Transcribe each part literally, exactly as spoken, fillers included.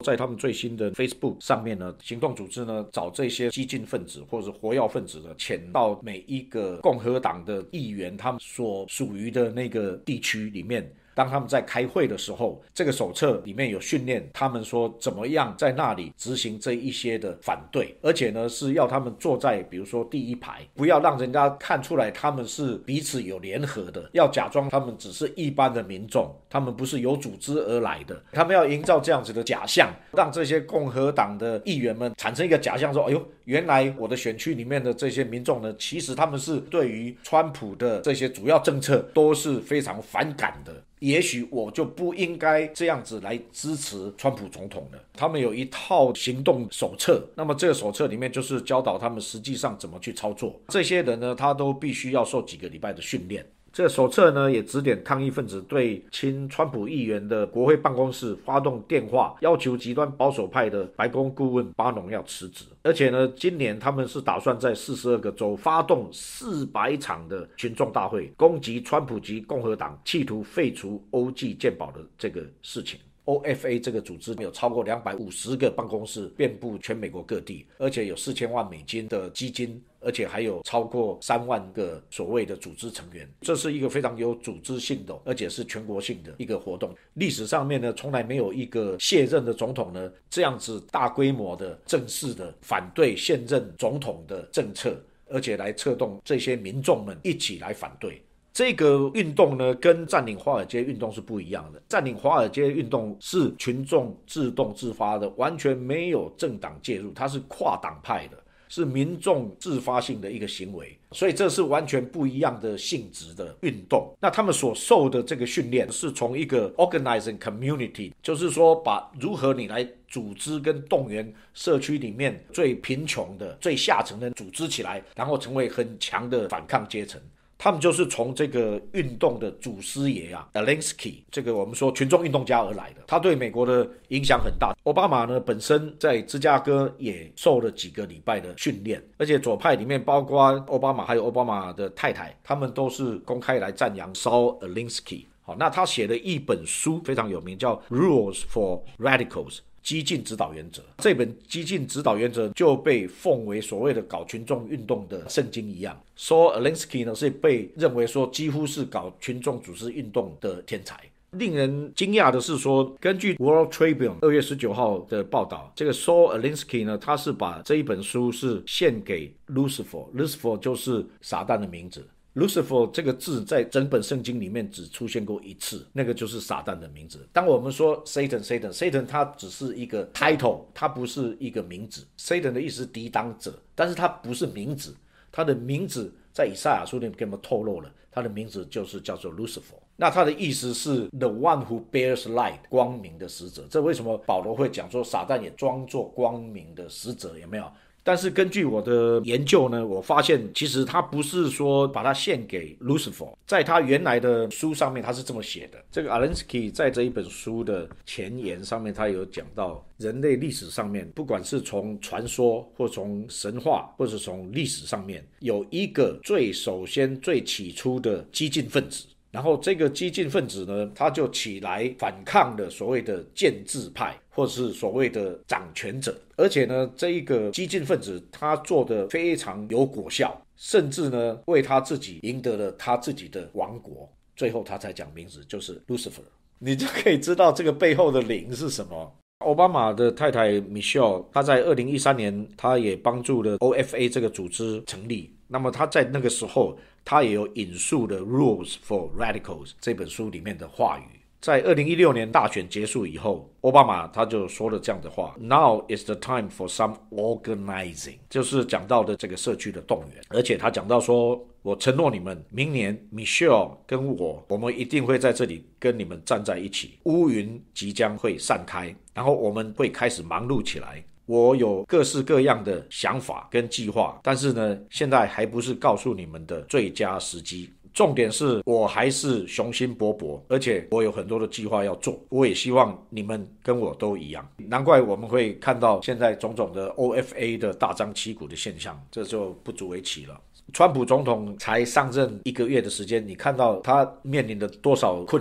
在他们最新的 Facebook 上面呢，行动组织呢找这些激进分子或者是活跃分子呢，潜到每一个共和党的议员他们所属于的那个地区里面。当他们在开会的时候，这个手册里面有训练他们说怎么样在那里执行这一些的反对，而且呢是要他们坐在比如说第一排，不要让人家看出来他们是彼此有联合的，要假装他们只是一般的民众，他们不是有组织而来的，他们要营造这样子的假象，让这些共和党的议员们产生一个假象说，哎呦，原来我的选区里面的这些民众呢，其实他们是对于川普的这些主要政策都是非常反感的，也许我就不应该这样子来支持川普总统的。他们有一套行动手册，那么这个手册里面就是教导他们实际上怎么去操作。这些人呢，他都必须要受几个礼拜的训练。这个手册呢，也指点抗议分子对亲川普议员的国会办公室发动电话，要求极端保守派的白宫顾问巴农要辞职。而且呢，今年他们是打算在四十二个州发动四百场的群众大会，攻击川普及共和党企图废除欧际健保的这个事情。O F A 这个组织有超过两百五十个办公室，遍布全美国各地，而且有四千万美金的基金，而且还有超过三万个所谓的组织成员。这是一个非常有组织性的，而且是全国性的一个活动。历史上面呢，从来没有一个卸任的总统呢这样子大规模的正式的反对现任总统的政策，而且来策动这些民众们一起来反对。这个运动呢，跟占领华尔街运动是不一样的。占领华尔街运动是群众自动自发的，完全没有政党介入，它是跨党派的，是民众自发性的一个行为，所以这是完全不一样的性质的运动。那他们所受的这个训练是从一个 organizing community， 就是说把如何你来组织跟动员社区里面最贫穷的最下层的人组织起来，然后成为很强的反抗阶层。他们就是从这个运动的祖师爷啊 Alinsky 这个我们说群众运动家而来的，他对美国的影响很大。奥巴马呢本身在芝加哥也受了几个礼拜的训练，而且左派里面包括奥巴马还有奥巴马的太太，他们都是公开来赞扬 Saul Alinsky。 好，那他写了一本书非常有名，叫 Rules for Radicals，激进指导原则。这本激进指导原则就被奉为所谓的搞群众运动的圣经一样。Saul Alinsky 呢是被认为说几乎是搞群众组织运动的天才。令人惊讶的是说，根据 World Tribune 二月十九号的报道，这个 Saul Alinsky 呢，他是把这一本书是献给 Lucifer， Lucifer 就是撒旦的名字。Lucifer 这个字在整本圣经里面只出现过一次，那个就是撒旦的名字。当我们说 Satan Satan Satan 它只是一个 title， 它不是一个名字。 Satan 的意思是抵挡者，但是它不是名字，它的名字在以赛亚书里面给我们透露了，它的名字就是叫做 Lucifer。 那它的意思是 The one who bears light， 光明的使者。这为什么保罗会讲说撒旦也装作光明的使者，有没有？但是根据我的研究呢，我发现其实他不是说把它献给 Lucifer， 在他原来的书上面他是这么写的。这个 Alinsky 在这一本书的前言上面，他有讲到人类历史上面，不管是从传说或从神话或是从历史上面，有一个最首先最起初的激进分子，然后这个激进分子呢，他就起来反抗了所谓的建制派或是所谓的掌权者，而且呢，这一个激进分子他做得非常有果效，甚至呢为他自己赢得了他自己的王国，最后他才讲名字就是 Lucifer。 你就可以知道这个背后的灵是什么。奥巴马的太太 Michelle， 她在二零一三年她也帮助了 O F A 这个组织成立，那么她在那个时候她也有引述了 Rules for Radicals 这本书里面的话语。在二零一六年大选结束以后，奥巴马他就说了这样的话， Now is the time for some organizing， 就是讲到的这个社区的动员。而且他讲到说，我承诺你们明年 Michelle 跟我我们一定会在这里跟你们站在一起，乌云即将会散开，然后我们会开始忙碌起来。我有各式各样的想法跟计划，但是呢现在还不是告诉你们的最佳时机。重点是我还是雄心勃勃，而且我有很多的计划要做，我也希望你们跟我都一样。难怪我们会看到现在种种的 O F A 的大张旗鼓的现象，这就不足为奇了。川普总统才上任一个月的时间，你看到他面临的多少困难。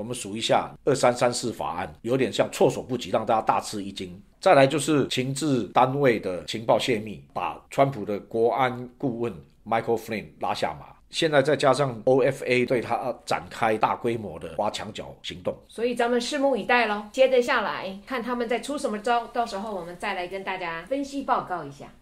我们数一下二三三四法案，有点像措手不及，让大家大吃一惊。再来就是情治单位的情报泄密，把川普的国安顾问 Michael Flynn 拉下马。现在再加上 O F A 对他展开大规模的挖墙脚行动， 所以咱们拭目以待咯。接着下来看他们再出什么招，到时候我们再来跟大家分析报告一下。